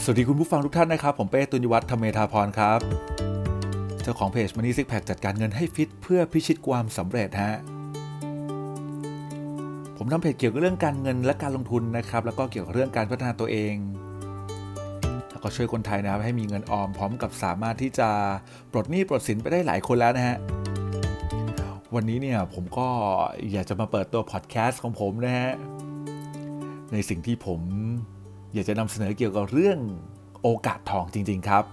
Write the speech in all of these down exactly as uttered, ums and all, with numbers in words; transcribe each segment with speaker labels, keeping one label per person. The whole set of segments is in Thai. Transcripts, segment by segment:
Speaker 1: สวัสดีคุณผู้ฟังทุกท่านนะครับผมเป้ตุลยวัฒน์ธเมธาพรครับเจ้าของเพจ Money Six Pack จัดการเงินให้ฟิตเพื่อพิชิตความสำเร็จฮะผมทำเพจเกี่ยวกับเรื่องการเงินและการลงทุนนะครับแล้วก็เกี่ยวกับเรื่องการพัฒนาตัวเองแล้วก็ช่วยคนไทยนะครับให้มีเงินออมพร้อมกับสามารถที่จะปลดหนี้ปลดสินไปได้หลายคนแล้วนะฮะวันนี้เนี่ยผมก็อยากจะมาเปิดตัวพอดแคสต์ของผมนะฮะในสิ่งที่ผมอยากจะนำเสนอเกี่ยวกับเรื่องโอกาสทองจริงๆครับ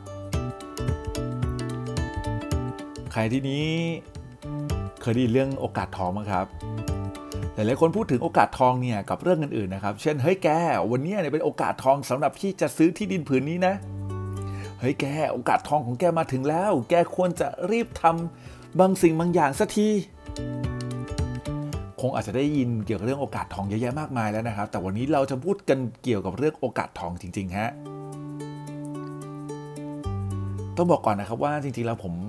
Speaker 1: ใครที่นี้เคยได้ยินเรื่องโอกาสทองมั้งครับหลายๆคนพูดถึงโอกาสทองเนี่ยกับเรื่องอื่นๆนะครับเช่นเฮ้ยแกวันนี้เนี่ยเป็นโอกาสทองสำหรับที่จะซื้อที่ดินผืนนี้นะเฮ้ยแกโอกาสทองของแกมาถึงแล้วแกควรจะรีบทำบางสิ่งบางอย่างสักทีคงอาจจะได้ยินเกี่ยวกับเรื่องโอกาสทองเยอะแยะมากมายแล้วนะครับแต่วันนี้เราจะพูดกันเกี่ยวกับเรื่องโอกาสทองจริงๆฮะต้องบอกก่อนนะครับว่าจริงๆแล้วผม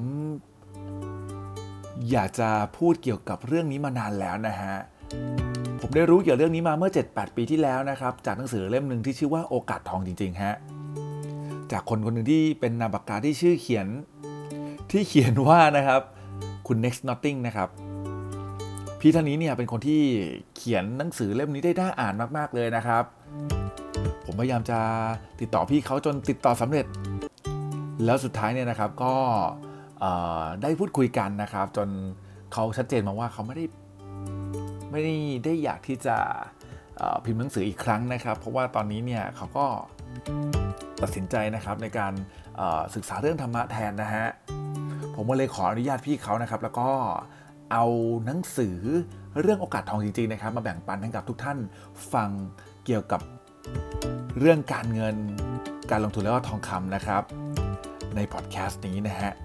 Speaker 1: อยากจะพูดเกี่ยวกับเรื่องนี้มานานแล้วนะฮะผมได้รู้เกี่ยวกับเรื่องนี้มาเมื่อ เจ็ดแปด ปีที่แล้วนะครับจากหนังสือเล่มนึงที่ชื่อว่าโอกาสทองจริงๆฮะจากคนคนหนึ่งที่เป็นนามปากกาที่ชื่อเขียนที่เขียนว่านะครับคุณ next nothing นะครับพี่ท่านนี้เนี่ยเป็นคนที่เขียนหนังสือเล่มนี้ได้น่าอ่านมากๆเลยนะครับผมพยายามจะติดต่อพี่เขาจนติดต่อสำเร็จแล้วสุดท้ายเนี่ยนะครับก็ได้พูดคุยกันนะครับจนเขาชัดเจนมาว่าเขาไม่ได้ไม่ได้ได้อยากที่จะพิมพ์หนังสืออีกครั้งนะครับเพราะว่าตอนนี้เนี่ยเขาก็ตัดสินใจนะครับในการศึกษาเรื่องธรรมะแทนนะฮะผมก็เลยขออนุญาตพี่เขานะครับแล้วก็เอาหนังสือเรื่องโอกาสทองจริงๆนะครับมาแบ่งปันให้กับทุกท่านฟังเกี่ยวกับเรื่องการเงินการลงทุนและก็ทองคำนะครับในพอดแคสต์นี้นะฮะ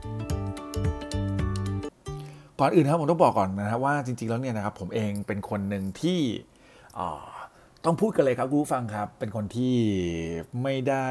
Speaker 1: ก่อนอื่นครับผมต้องบอกก่อนนะครับว่าจริงๆแล้วเนี่ยนะครับผมเองเป็นคนหนึ่งที่ต้องพูดกันเลยครับคุณผู้ฟังครับเป็นคนที่ไม่ได้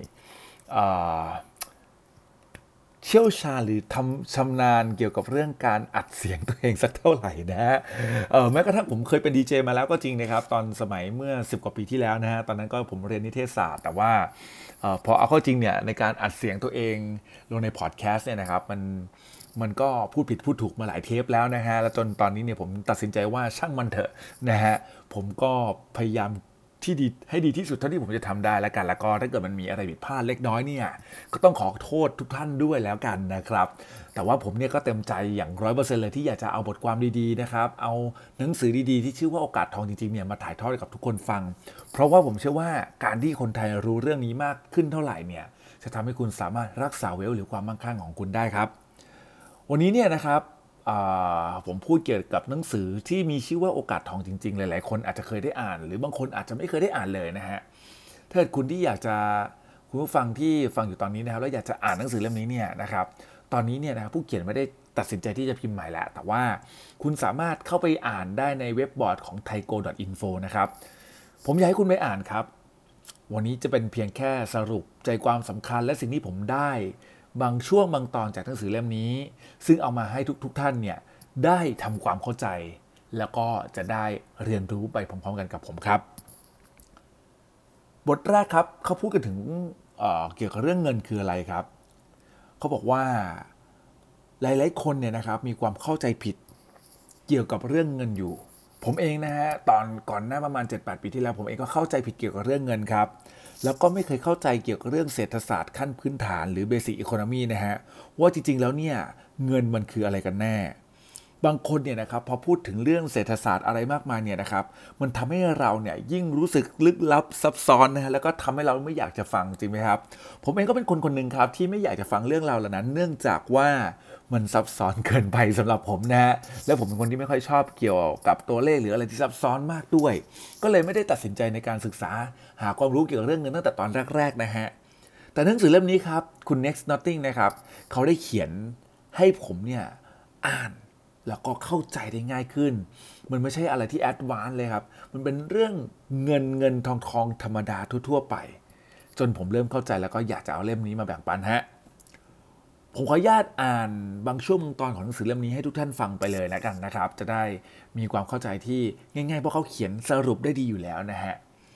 Speaker 1: เชี่ยวชาญหรือทำชำนาญเกี่ยวกับเรื่องการอัดเสียงตัวเองสักเท่าไหร่นะฮะแม้กระทั่งผมเคยเป็นดีเจมาแล้วก็จริงนะครับตอนสมัยเมื่อสิบกว่าปีที่แล้วนะฮะตอนนั้นก็ผมเรียนนิเทศศาสตร์แต่ว่าพอเอาเข้าจริงเนี่ยในการอัดเสียงตัวเองลงในพอดแคสต์เนี่ยนะครับมันมันก็พูดผิดพูดถูกมาหลายเทปแล้วนะฮะแล้วจนตอนนี้เนี่ยผมตัดสินใจว่าช่างมันเถอะนะฮะผมก็พยายามที่ดีให้ดีที่สุดเท่าที่ผมจะทำได้แล้วกันแล้วก็ถ้าเกิดมันมีอะไรผิดพลาดเล็กน้อยเนี่ยก็ต้องขอโทษทุกท่านด้วยแล้วกันนะครับแต่ว่าผมเนี่ยก็เต็มใจอย่าง ร้อยเปอร์เซ็นต์ เลยที่อยากจะเอาบทความดีๆนะครับเอาหนังสือดีๆที่ชื่อว่าโอกาสทองจริงๆเนี่ยมาถ่ายทอดให้กับทุกคนฟังเพราะว่าผมเชื่อว่าการที่คนไทยรู้เรื่องนี้มากขึ้นเท่าไหร่เนี่ยจะทำให้คุณสามารถรักษาเวลหรือความมั่งคั่งของคุณได้ครับวันนี้เนี่ยนะครับผมพูดเกี่ยวกับหนังสือที่มีชื่อว่าโอกาสทองจริงๆหลายๆคนอาจจะเคยได้อ่านหรือบางคนอาจจะไม่เคยได้อ่านเลยนะฮะถ้าเกิดคุณที่อยากจะคุณผู้ฟังที่ฟังอยู่ตอนนี้นะครับแล้วอยากจะอ่านหนังสือเล่มนี้เนี่ยนะครับตอนนี้เนี่ยนะครับผู้เขียนไม่ได้ตัดสินใจที่จะพิมพ์ใหม่แล้วแต่ว่าคุณสามารถเข้าไปอ่านได้ในเว็บบอร์ดของ ไทโก ดอท อินโฟ นะครับผมอยากให้คุณไปอ่านครับวันนี้จะเป็นเพียงแค่สรุปใจความสำคัญและสิ่งที่ผมได้บางช่วงบางตอนจากหนังสือเล่มนี้ซึ่งเอามาให้ทุกๆท่านเนี่ยได้ทำความเข้าใจแล้วก็จะได้เรียนรู้ไปพร้อมๆกันกับผมครับบทแรกครับเขาพูดกันถึง เอ่อ เกี่ยวกับเรื่องเงินคืออะไรครับเขาบอกว่าหลายๆคนเนี่ยนะครับมีความเข้าใจผิดเกี่ยวกับเรื่องเงินอยู่ผมเองนะฮะตอนก่อนหน้าประมาณ เจ็ดแปด ปีที่แล้วผมเองก็เข้าใจผิดเกี่ยวกับเรื่องเงินครับแล้วก็ไม่เคยเข้าใจเกี่ยวกับเรื่องเศรษฐศาสตร์ขั้นพื้นฐานหรือ Basic Economy นะฮะว่าจริงๆแล้วเนี่ยเงินมันคืออะไรกันแน่บางคนเนี่ยนะครับพอพูดถึงเรื่องเศรษฐศาสตร์อะไรมากมายเนี่ยนะครับมันทำให้เราเนี่ยยิ่งรู้สึกลึกลับซับซ้อนนะฮะแล้วก็ทำให้เราไม่อยากจะฟังจริงไหมครับผมเองก็เป็นคนคนหนึ่งครับที่ไม่อยากจะฟังเรื่องราวเหล่านั้นเนื่องจากว่ามันซับซ้อนเกินไปสำหรับผมนะฮะและผมเป็นคนที่ไม่ค่อยชอบเกี่ยวกับตัวเลขหรืออะไรที่ซับซ้อนมากด้วยก็เลยไม่ได้ตัดสินใจในการศึกษาหาความรู้เกี่ยวกับเรื่องเงินตั้งแต่ตอนแรกๆนะฮะแต่หนังสือเล่มนี้ครับคุณ next nothing นะครับเขาได้เขียนให้ผมเนี่ยอ่านแล้วก็เข้าใจได้ง่ายขึ้นมันไม่ใช่อะไรที่แอดวานซ์เลยครับมันเป็นเรื่องเงินเงินทองทองธรรมดาทั่วๆไปจนผมเริ่มเข้าใจแล้วก็อยากจะเอาเล่มนี้มาแบ่งปันฮะผมขออนุญาตอ่านบางช่วงตอนของหนังสือเล่มนี้ให้ทุกท่านฟังไปเลยนะกันนะครับจะได้มีความเข้าใจที่ง่ายๆเพราะเขาเขียนสรุปได้ดีอยู่แล้วนะฮะ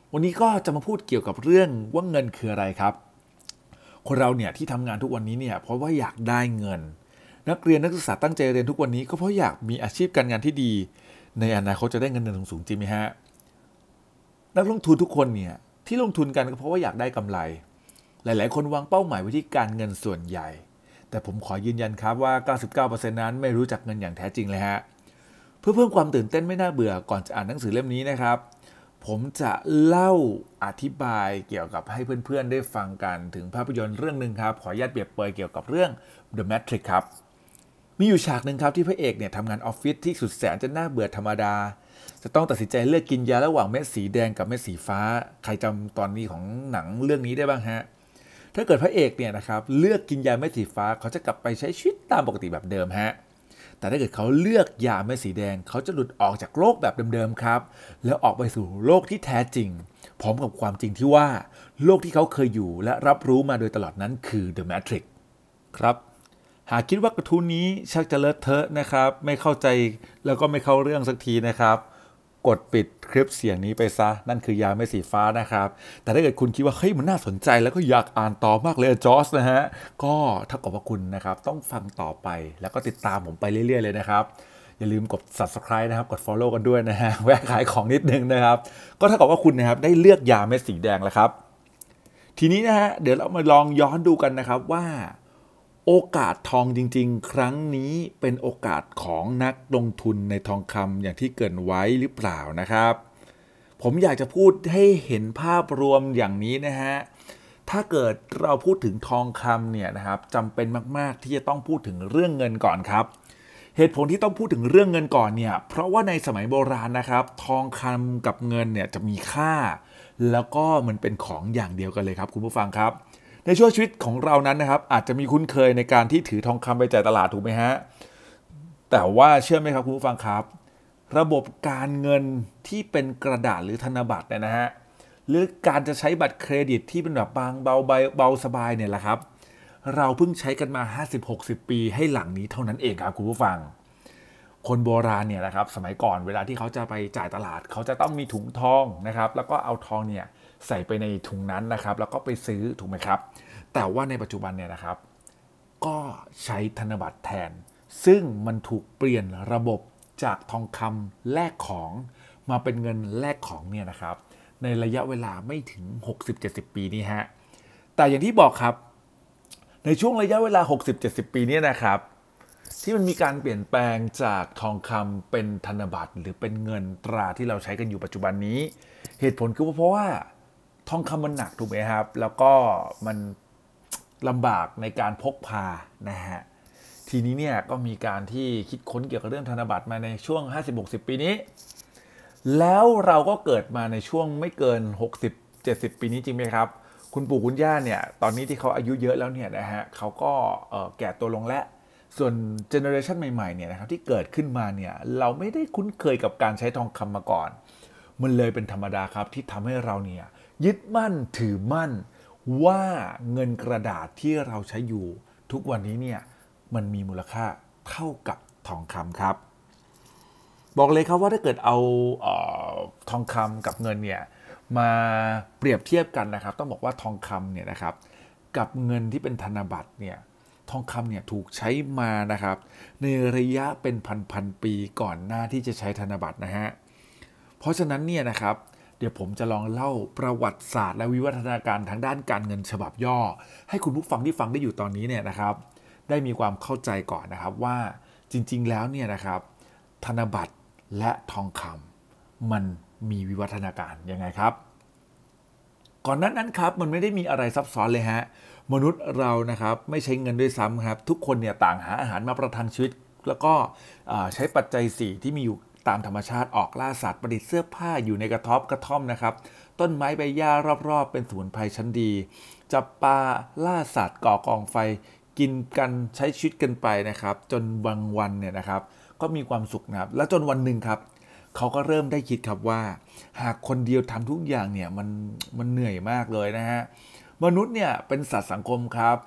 Speaker 1: วันนี้ก็จะมาพูดเกี่ยวกับเรื่องว่าเงินคืออะไรครับคนเราเนี่ยที่ทำงานทุกวันนี้เนี่ยเพราะว่าอยากได้เงินนักเรียนนักศึกษาตั้งใจเรียนทุกวันนี้ก็เพราะอยากมีอาชีพการงานที่ดีในอนาคตจะได้เงินเดือนสูงๆจริงไหมฮะนักลงทุนทุกคนเนี่ยที่ลงทุนกันก็เพราะว่าอยากได้กำไรหลายๆคนวางเป้าหมายไว้ที่การเงินส่วนใหญ่แต่ผมขอยืนยันครับว่า เก้าสิบเก้าเปอร์เซ็นต์ นั้นไม่รู้จักเงินอย่างแท้จริงเลยฮะเพื่อเพิ่มความตื่นเต้นไม่น่าเบื่อก่อนจะอ่านหนังสือเล่มนี้นะครับผมจะเล่าอธิบายเกี่ยวกับให้เพื่อนๆได้ฟังกันถึงภาพยนตร์เรื่องนึงครับขออนุญาตเปรียบเปรยเกี่ยวกับเรื่อง The Matrix ครับมีอยู่ฉากหนึ่งครับที่พระเอกเนี่ยทำงานออฟฟิศที่สุดแสนจะน่าเบื่อธรรมดาจะต้องตัดสินใจเลือกกินยาระหว่างเม็ดสีแดงกับเม็ดสีฟ้าใครจำตอนนี้ของหนังเรื่องนี้ได้บ้างฮะถ้าเกิดพระเอกเนี่ยนะครับเลือกกินยาเม็ดสีฟ้าเขาจะกลับไปใช้ชีวิตตามปกติแบบเดิมฮะแต่ถ้าเกิดเขาเลือกยาเม็ดสีแดงเขาจะหลุดออกจากโลกแบบเดิมๆครับแล้วออกไปสู่โลกที่แท้จริงพร้อมกับความจริงที่ว่าโลกที่เขาเคยอยู่และรับรู้มาโดยตลอดนั้นคือ The Matrix ครับหากคิดว่ากระทู้นี้ชักจะเลอะเทอะนะครับไม่เข้าใจแล้วก็ไม่เข้าเรื่องสักทีนะครับกดปิดคลิปเสียงนี้ไปซะนั่นคือยาเม็ดสีฟ้านะครับแต่ถ้าเกิดคุณคิดว่าเฮ้ยมันน่าสนใจแล้วก็อยากอ่านต่อมากเลยจอสนะฮะก็เท่ากับว่าคุณนะครับต้องฟังต่อไปแล้วก็ติดตามผมไปเรื่อยๆเลยนะครับอย่าลืมกด Subscribe นะครับกด Follow กันด้วยนะฮะแวะขายของนิดนึงนะครับก็เท่ากับว่าคุณนะครับได้เลือกยาเม็ดสีแดงแล้วครับทีนี้นะฮะเดี๋ยวเรามาลองย้อนดูกันนะครับว่าโอกาสทองจริงๆครั้งนี้เป็นโอกาสของนักลงทุนในทองคำอย่างที่เกริ่นไว้หรือเปล่านะครับผมอยากจะพูดให้เห็นภาพรวมอย่างนี้นะฮะถ้าเกิดเราพูดถึงทองคำเนี่ยนะครับจำเป็นมากๆที่จะต้องพูดถึงเรื่องเงินก่อนครับเหตุผลที่ต้องพูดถึงเรื่องเงินก่อนเนี่ยเพราะว่าในสมัยโบราณนะครับทองคำกับเงินเนี่ยจะมีค่าแล้วก็มันเป็นของอย่างเดียวกันเลยครับคุณผู้ฟังครับในช่วงชีวิตของเรานั้นนะครับอาจจะมีคุ้นเคยในการที่ถือทองคำไปจ่ายตลาดถูกไหมฮะแต่ว่าเชื่อไหมครับคุณผู้ฟังครับระบบการเงินที่เป็นกระดาษหรือธนบัตรเนี่ยนะฮะหรือการจะใช้บัตรเครดิตที่เป็นแบบบางเบาใบเบาสบายเนี่ยแหละครับเราเพิ่งใช้กันมา ห้าสิบหกสิบ ปีให้หลังนี้เท่านั้นเองครับคุณผู้ฟังคนโบราณเนี่ยนะครับสมัยก่อนเวลาที่เขาจะไปจ่ายตลาดเขาจะต้องมีถุงทองนะครับแล้วก็เอาทองเนี่ยใส่ไปในถุงนั้นนะครับแล้วก็ไปซื้อถูกไหมครับแต่ว่าในปัจจุบันเนี่ยนะครับก็ใช้ธนบัตรแทนซึ่งมันถูกเปลี่ยนระบบจากทองคำแลกของมาเป็นเงินแลกของเนี่ยนะครับในระยะเวลาไม่ถึง หกสิบเจ็ดสิบ ปีนี้ฮะแต่อย่างที่บอกครับในช่วงระยะเวลา หกสิบเจ็ดสิบ ปีนี้นะครับที่มันมีการเปลี่ยนแปลงจากทองคำเป็นธนบัตรหรือเป็นเงินตราที่เราใช้กันอยู่ปัจจุบันนี้เหตุผลคือเพราะว่าทองคำมันหนักถูกไหมครับแล้วก็มันลำบากในการพกพานะฮะทีนี้เนี่ยก็มีการที่คิดค้นเกี่ยวกับเรื่องธนบัตรมาในช่วง ห้าสิบหกสิบ ปีนี้แล้วเราก็เกิดมาในช่วงไม่เกิน หกสิบเจ็ดสิบ ปีนี้จริงไหมครับคุณปู่คุณย่าเนี่ยตอนนี้ที่เขาอายุเยอะแล้วเนี่ยนะฮะเขาก็แก่ตัวลงแล้วส่วนเจเนอเรชันใหม่ๆเนี่ยนะครับที่เกิดขึ้นมาเนี่ยเราไม่ได้คุ้นเคยกับการใช้ทองคำมาก่อนมันเลยเป็นธรรมดาครับที่ทำให้เราเนี่ยยึดมั่นถือมั่นว่าเงินกระดาษที่เราใช้อยู่ทุกวันนี้เนี่ยมันมีมูลค่าเท่ากับทองคำครับบอกเลยครับว่าถ้าเกิดเอาเอ่อทองคำกับเงินเนี่ยมาเปรียบเทียบกันนะครับต้องบอกว่าทองคำเนี่ยนะครับกับเงินที่เป็นธนบัตรเนี่ยทองคำเนี่ยถูกใช้มานะครับในระยะเป็นพันๆปีก่อนหน้าที่จะใช้ธนบัตรนะฮะเพราะฉะนั้นเนี่ยนะครับเดี๋ยวผมจะลองเล่าประวัติศาสตร์และวิวัฒนาการทางด้านการเงินฉบับย่อให้คุณผู้ฟังที่ฟังได้อยู่ตอนนี้เนี่ยนะครับได้มีความเข้าใจก่อนนะครับว่าจริงๆแล้วเนี่ยนะครับธนบัตรและทองคำมันมีวิวัฒนาการยังไงครับก่อนนั้นนั้นครับมันไม่ได้มีอะไรซับซ้อนเลยฮะมนุษย์เรานะครับไม่ใช้เงินด้วยซ้ำครับทุกคนเนี่ยต่างหาอาหารมาประทังชีวิตแล้วก็ใช้ปัจจัยสี่ที่มีอยู่ตามธรรมชาติออกล่าสัตว์ประดิษฐ์เสื้อผ้าอยู่ในกระท่อมกระท่อมนะครับต้นไม้ใบหญ้ารอบๆเป็นสมุนไพรชั้นดีจับปลาล่าสัตว์ก่อกองไฟกินกันใช้ชีวิตกันไปนะครับจนบางวันเนี่ยนะครับก็มีความสุขนะครับแล้วจนวันหนึ่งครับเขาก็เริ่มได้คิดครับว่าหากคนเดียวทำทุกอย่างเนี่ยมันมันเหนื่อยมากเลยนะฮะมนุษย์เนี่ยเป็นสัตว์สังคมครับ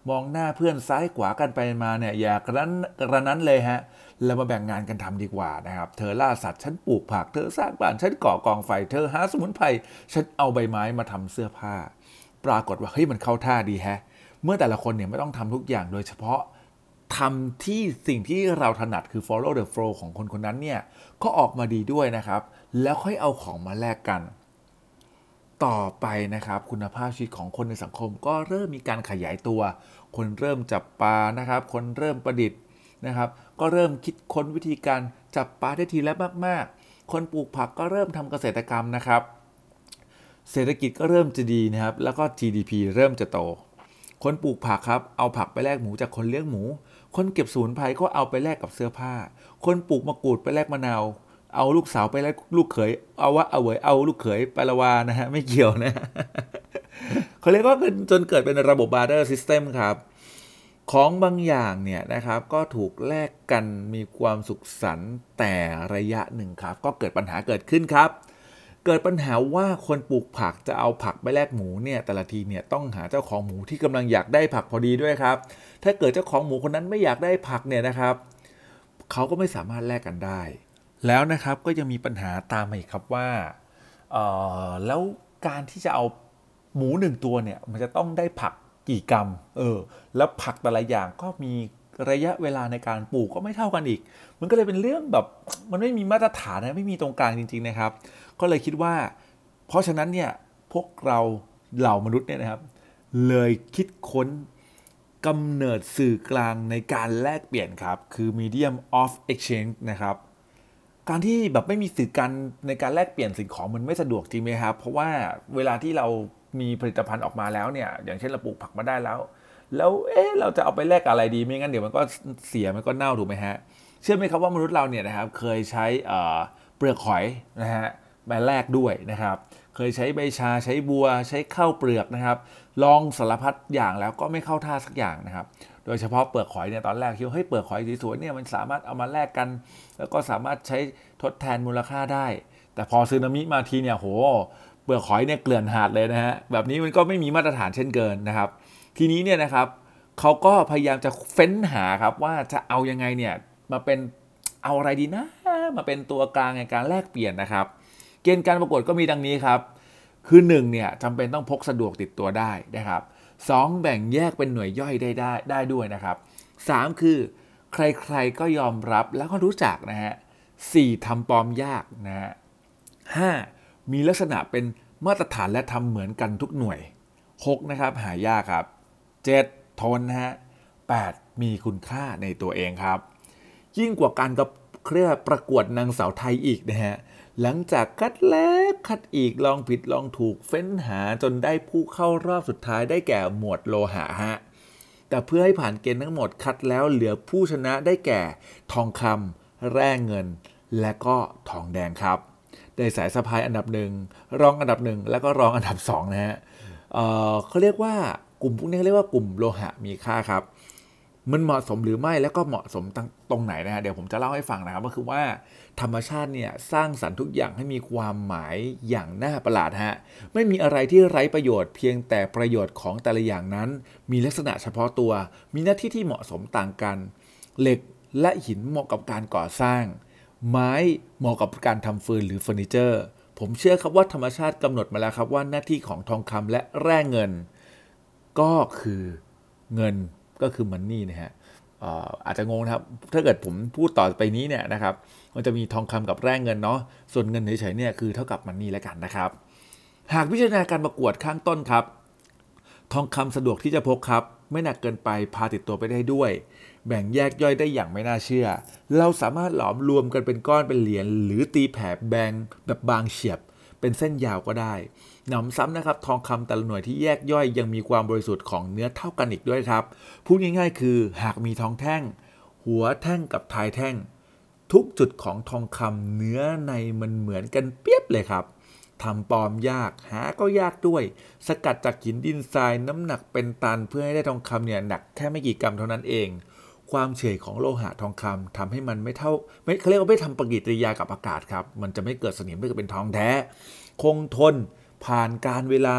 Speaker 1: มองหน้าเพื่อนซ้ายขวากันไปมาเนี่ยอย่ากระนั้นกระนั้นเลยฮะเรามาแบ่งงานกันทำดีกว่านะครับเธอล่าสัตว์ฉันปลูกผักเธอสร้างบ้านฉันก่อกองไฟเธอหาสมุนไพรฉันเอาใบไม้มาทำเสื้อผ้าปรากฏว่าเฮ้ยมันเข้าท่าดีแฮะเมื่อแต่ละคนเนี่ยไม่ต้องทำทุกอย่างโดยเฉพาะทำที่สิ่งที่เราถนัดคือ follow the flow ของคนคนนั้นเนี่ยก็ออกมาดีด้วยนะครับแล้วค่อยเอาของมาแลกกันต่อไปนะครับคุณภาพชีวิตของคนในสังคมก็เริ่มมีการขยายตัวคนเริ่มจับปลานะครับคนเริ่มประดิษฐ์นะครับก็เริ่มคิดค้นวิธีการจับปลาได้ทีละมากๆคนปลูกผักก็เริ่มทำเกษตรกรรมนะครับเศรษฐกิจก็เริ่มจะดีนะครับแล้วก็ จี ดี พี เริ่มจะโตคนปลูกผักครับเอาผักไปแลกหมูจากคนเลี้ยงหมูคนเก็บสมุนไพรก็เอาไปแลกกับเสื้อผ้าคนปลูกมะกรูดไปแลกมะนาวเอาลูกสาวไปแลกลูกเขยเอาวะเอาเวยเอาลูกเขยไปละวานะฮะไม่เกี่ยวนะ เขาเรียกว่าจนเกิดเป็นระบบ barter system ครับของบางอย่างเนี่ยนะครับก็ถูกแลกกันมีความสุขสันต์แต่ระยะหนึ่งครับก็เกิดปัญหาเกิดขึ้นครับเกิดปัญหาว่าคนปลูกผักจะเอาผักไปแลกหมูเนี่ยแต่ละทีเนี่ยต้องหาเจ้าของหมูที่กำลังอยากได้ผักพอดีด้วยครับถ้าเกิดเจ้าของหมูคนนั้นไม่อยากได้ผักเนี่ยนะครับเขาก็ไม่สามารถแลกกันได้แล้วนะครับก็ยังมีปัญหาตามมาอีกครับว่าเอ่อแล้วการที่จะเอาหมูหนึ่งตัวเนี่ยมันจะต้องได้ผักกี่กรัมเออแล้วผักแต่ละอย่างก็มีระยะเวลาในการปลูกก็ไม่เท่ากันอีกมันก็เลยเป็นเรื่องแบบมันไม่มีมาตรฐานนะไม่มีตรงกลางจริงๆนะครับก็เลยคิดว่าเพราะฉะนั้นเนี่ยพวกเราเหล่ามนุษย์เนี่ยนะครับเลยคิดค้นกำเนิดสื่อกลางในการแลกเปลี่ยนครับคือ medium of exchange นะครับการที่แบบไม่มีสื่อการในการแลกเปลี่ยนสิ่งของมันไม่สะดวกจริงไหมครับเพราะว่าเวลาที่เรามีผลิตภัณฑ์ออกมาแล้วเนี่ยอย่างเช่นเราปลูกผักมาได้แล้วแล้วเอ๊ะเราจะเอาไปแลกอะไรดีไม่งั้นเดี๋ยวมันก็เสียมันก็เน่าถูกไหมฮะเชื่อไหมครับว่ามนุษย์เราเนี่ยนะครับเคยใช้เปลือกหอยนะฮะมาแลกด้วยนะครับเคยใช้ใบชาใช้บัวใช้ข้าวเปลือกนะครับลองสารพัดอย่างแล้วก็ไม่เข้าท่าสักอย่างนะครับโดยเฉพาะเปลือกหอยเนี่ยตอนแรกคิดว่าเฮ้ยเปลือกหอยสวยๆเนี่ยมันสามารถเอามาแลกกันแล้วก็สามารถใช้ทดแทนมูลค่าได้แต่พอสึนามิมาทีเนี่ยโหเปลือกหอยเนี่ยเกลื่อนหาดเลยนะฮะแบบนี้มันก็ไม่มีมาตรฐานเช่นเกินนะครับทีนี้เนี่ยนะครับเขาก็พยายามจะเฟ้นหาครับว่าจะเอายังไงเนี่ยมาเป็นเอาอะไรดีนะมาเป็นตัวกลางในการแลกเปลี่ยนนะครับเกณฑ์การประกวดก็มีดังนี้ครับคือหนึ่งเนี่ยจำเป็นต้องพกสะดวกติดตัวได้นะครับสองแบ่งแยกเป็นหน่วยย่อยได้ได้ได้ด้วยนะครับสามคือใครๆก็ยอมรับแล้วก็รู้จักนะฮะสี่ทำปลอมยากนะฮะห้ามีลักษณะเป็นมาตรฐานและทำเหมือนกันทุกหน่วยหกนะครับหายากครับเจ็ดทนนะฮะแปดมีคุณค่าในตัวเองครับยิ่งกว่าการกับเครือประกวดนางสาวไทยอีกนะฮะหลังจากคัดแล้วคัดอีกลองผิดลองถูกเฟ้นหาจนได้ผู้เข้ารอบสุดท้ายได้แก่หมวดโลหะฮะแต่เพื่อให้ผ่านเกณฑ์ทั้งหมดคัดแล้วเหลือผู้ชนะได้แก่ทองคำแร่เงินและก็ทองแดงครับได้สายสะพายอันดับหนึ่งรองอันดับหนึ่งแล้วก็รองอันดับสองนะฮะ เอ่อเขาเรียกว่ากลุ่มพวกนี้เรียกว่ากลุ่มโลหะมีค่าครับมันเหมาะสมหรือไม่แล้วก็เหมาะสมตรงไหนนะฮะเดี๋ยวผมจะเล่าให้ฟังนะครับก็คือว่าธรรมชาติเนี่ยสร้างสรรค์ทุกอย่างให้มีความหมายอย่างน่าประหลาดฮะไม่มีอะไรที่ไร้ประโยชน์เพียงแต่ประโยชน์ของแต่ละอย่างนั้นมีลักษณะเฉพาะตัวมีหน้าที่ที่เหมาะสมต่างกันเหล็กและหินเหมาะกับการก่อสร้างไม้เหมาะกับการทำเฟอร์นิเจอร์หรือเฟอร์นิเจอร์ผมเชื่อครับว่าธรรมชาติกำหนดมาแล้วครับว่าหน้าที่ของทองคำและแร่เงินก็คือเงินก็คือมันนี่นะฮะอาจจะงงนะครับถ้าเกิดผมพูดต่อไปนี้เนี่ยนะครับมันจะมีทองคำกับแร่เงินเนาะส่วนเงินเฉยๆเนี่ยคือเท่ากับมันนี่แล้วกันนะครับหากพิจารณาการประกวดข้างต้นครับทองคำสะดวกที่จะพกครับไม่หนักเกินไปพาติดตัวไปได้ด้วยแบ่งแยกย่อยได้อย่างไม่น่าเชื่อเราสามารถหลอมรวมกันเป็นก้อนเป็นเหรียญหรือตีแผ่แบงแบบบางเฉียบเป็นเส้นยาวก็ได้หนำซ้ำนะครับทองคำแต่ละหน่วยที่แยกย่อยยังมีความบริสุทธิ์ของเนื้อเท่ากันอีกด้วยครับพูดง่ายๆคือหากมีทองแท่งหัวแท่งกับท้ายแท่งทุกจุดของทองคำเนื้อในมันเหมือนกันเปียบเลยครับทำปลอมยากหาก็ยากด้วยสกัดจากหินดินทรายน้ำหนักเป็นตันเพื่อให้ได้ทองคำเนี่ยหนักแค่ไม่กี่กรัมเท่านั้นเองความเฉยของโลหะทองคำทำให้มันไม่เท่าไม่เขาเรียกว่าไม่ทำปฏิกิริยากับอากาศครับมันจะไม่เกิดสนิมไม่เกิดเป็นทองแท้คงทนผ่านการเวลา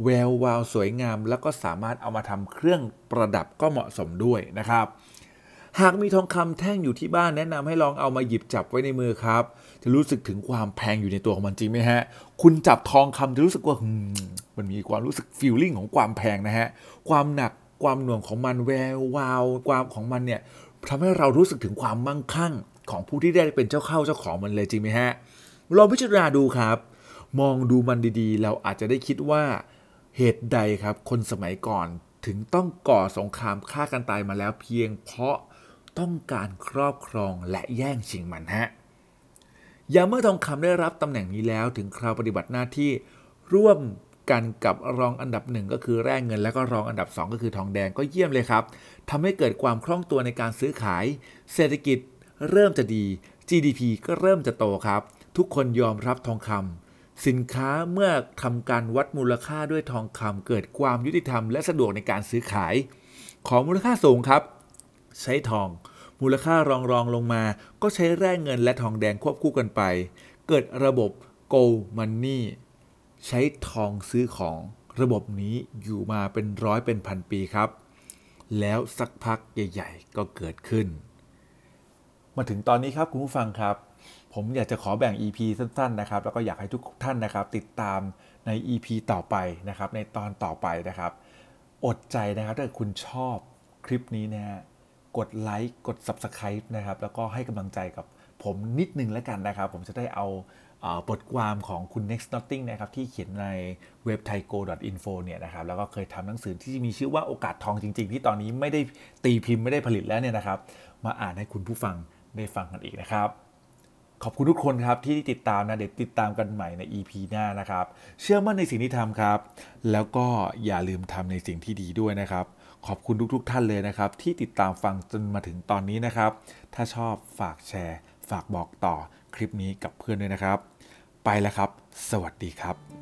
Speaker 1: แวววาวสวยงามแล้วก็สามารถเอามาทำเครื่องประดับก็เหมาะสมด้วยนะครับหากมีทองคำแท่งอยู่ที่บ้านแนะนำให้ลองเอามาหยิบจับไว้ในมือครับจะรู้สึกถึงความแพงอยู่ในตัวของมันจริงไหมฮะคุณจับทองคำจะรู้สึกว่ามันมีความรู้สึกฟีลลิ่งของความแพงนะฮะความหนักความหน่วงของมันแวววาวความของมันเนี่ยทำให้เรารู้สึกถึงความมั่งคั่งของผู้ที่ได้เป็นเจ้าเข้าเจ้าของมันเลยจริงไหมฮะลองพิจารณาดูครับมองดูมันดีๆเราอาจจะได้คิดว่าเหตุใดครับคนสมัยก่อนถึงต้องก่อสงครามฆ่ากันตายมาแล้วเพียงเพราะต้องการครอบครองและแย่งชิงมันฮะยามเมื่อทองคำได้รับตำแหน่งนี้แล้วถึงคราวปฏิบัติหน้าที่ร่วมกันกับรองอันดับหนึ่งก็คือแร่เงินและก็รองอันดับสองก็คือทองแดงก็เยี่ยมเลยครับทำให้เกิดความคล่องตัวในการซื้อขายเศรษฐกิจเริ่มจะดี จี ดี พี ก็เริ่มจะโตครับทุกคนยอมรับทองคำสินค้าเมื่อทำการวัดมูลค่าด้วยทองคำเกิดความยุติธรรมและสะดวกในการซื้อขายของมูลค่าสูงครับใช้ทองมูลค่ารองรองลงมาก็ใช้แร่เงินและทองแดงควบคู่กันไปเกิดระบบ Gold Money ใช้ทองซื้อของระบบนี้อยู่มาเป็นร้อยเป็นพันปีครับแล้วสักพักใหญ่ๆก็เกิดขึ้นมาถึงตอนนี้ครับคุณผู้ฟังครับผมอยากจะขอแบ่ง อี พี สั้นๆนะครับแล้วก็อยากให้ทุกท่านนะครับติดตามใน อี พี ต่อไปนะครับในตอนต่อไปนะครับอดใจนะครับถ้าคุณชอบคลิปนี้นะฮะกดไลค์กด ซับสไครบ์ นะครับแล้วก็ให้กำลังใจกับผมนิดนึงแล้วกันนะครับผมจะได้เอาบทความของคุณ Next Nothing นะครับที่เขียนในเว็บ ไทโก ดอท อินโฟ เนี่ยนะครับแล้วก็เคยทำหนังสือที่มีชื่อว่าโอกาสทองจริงๆที่ตอนนี้ไม่ได้ตีพิมพ์ไม่ได้ผลิตแล้วเนี่ยนะครับมาอ่านให้คุณผู้ฟังได้ฟังกันอีกนะครับขอบคุณทุกคนครับที่ติดตามนะเดี๋ยวติดตามกันใหม่ใน อี พี หน้านะครับเชื่อมั่นในสิ่งที่ทำครับแล้วก็อย่าลืมทำในสิ่งที่ดีด้วยนะครับขอบคุณทุกๆท่านเลยนะครับที่ติดตามฟังจนมาถึงตอนนี้นะครับถ้าชอบฝากแชร์ฝากบอกต่อคลิปนี้กับเพื่อนด้วยนะครับไปแล้วครับสวัสดีครับ